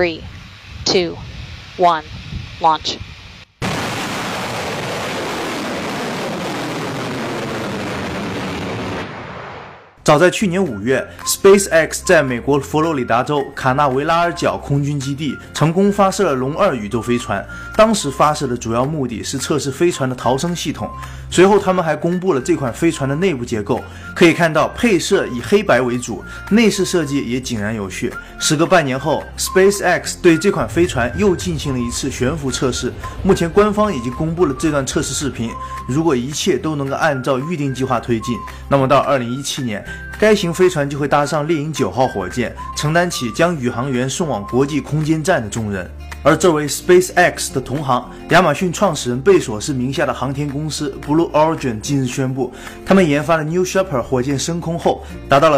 3, 2, 1, launch. 早在去年5月 ，SpaceX 在美国佛罗里达州卡纳维拉尔角空军基地成功发射了龙2宇宙飞船。当时发射的主要目的是测试飞船的逃生系统。随后，他们还公布了这款飞船的内部结构，可以看到配色以黑白为主，内饰设计也井然有序。时隔半年后 ，SpaceX 对这款飞船又进行了一次悬浮测试。目前官方已经公布了这段测试视频。如果一切都能够按照预定计划推进，那么到2017年。该型飞船就会搭上猎鹰9号火箭，承担起将宇航员送往国际空间站的重任。而这位 SpaceX 的同行，亚马逊创始人贝索斯名下的航天公司 Blue Origin 近日宣布，他们研发了 New Shepard 火箭升空后，达到了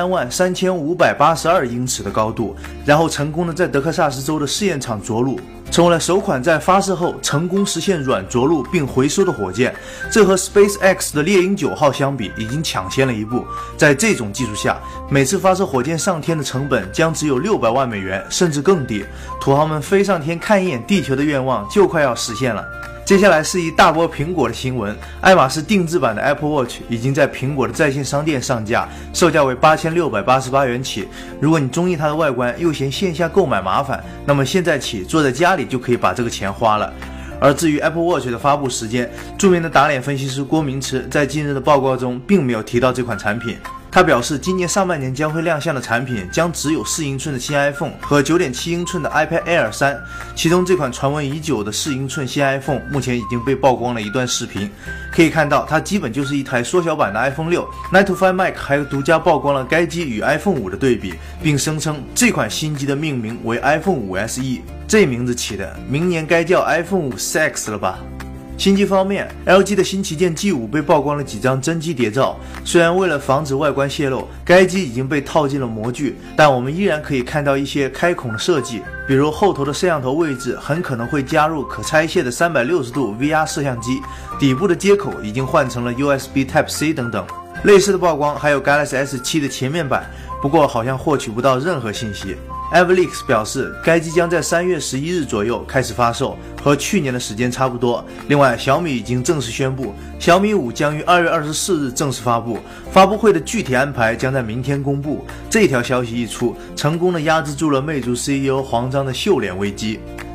333582英尺的高度，然后成功的在德克萨斯州的试验场着陆。成为了首款在发射后成功实现软着陆并回收的火箭，这和 SpaceX 的猎鹰9号相比，已经抢先了一步。在这种技术下，每次发射火箭上天的成本将只有600万美元，甚至更低。土豪们飞上天看一眼地球的愿望就快要实现了。接下来是一大波苹果的新闻，爱马仕定制版的 Apple Watch 已经在苹果的在线商店上架，售价为8688元起。如果你中意它的外观，又嫌线下购买麻烦，那么现在起坐在家里就可以把这个钱花了。而至于 Apple Watch 的发布时间，著名的打脸分析师郭明池在近日的报告中并没有提到这款产品。他表示，今年上半年将会亮相的产品将只有4英寸的新 iPhone 和9.7英寸的 iPad Air 3，其中这款传闻已久的4英寸新 iPhone 目前已经被曝光了一段视频，可以看到它基本就是一台缩小版的 iPhone 6。9to5 Mac 还独家曝光了该机与 iPhone 5的对比，并声称这款新机的命名为 iPhone 5 SE， 这名字起的，明年该叫 iPhone 5 4X 了吧。新机方面 ，LG 的新旗舰 G5 被曝光了几张真机谍照。虽然为了防止外观泄露，该机已经被套进了模具，但我们依然可以看到一些开孔的设计，比如后头的摄像头位置很可能会加入可拆卸的360度 VR 摄像机，底部的接口已经换成了 USB Type-C 等等。类似的曝光还有 Galaxy S7 的前面板，不过好像获取不到任何信息。Everleaks 表示，该机将在3月11日左右开始发售，和去年的时间差不多。另外，小米已经正式宣布，小米5将于2月24日正式发布，发布会的具体安排将在明天公布。这条消息一出，成功的压制住了魅族 CEO 黄章的秀脸危机。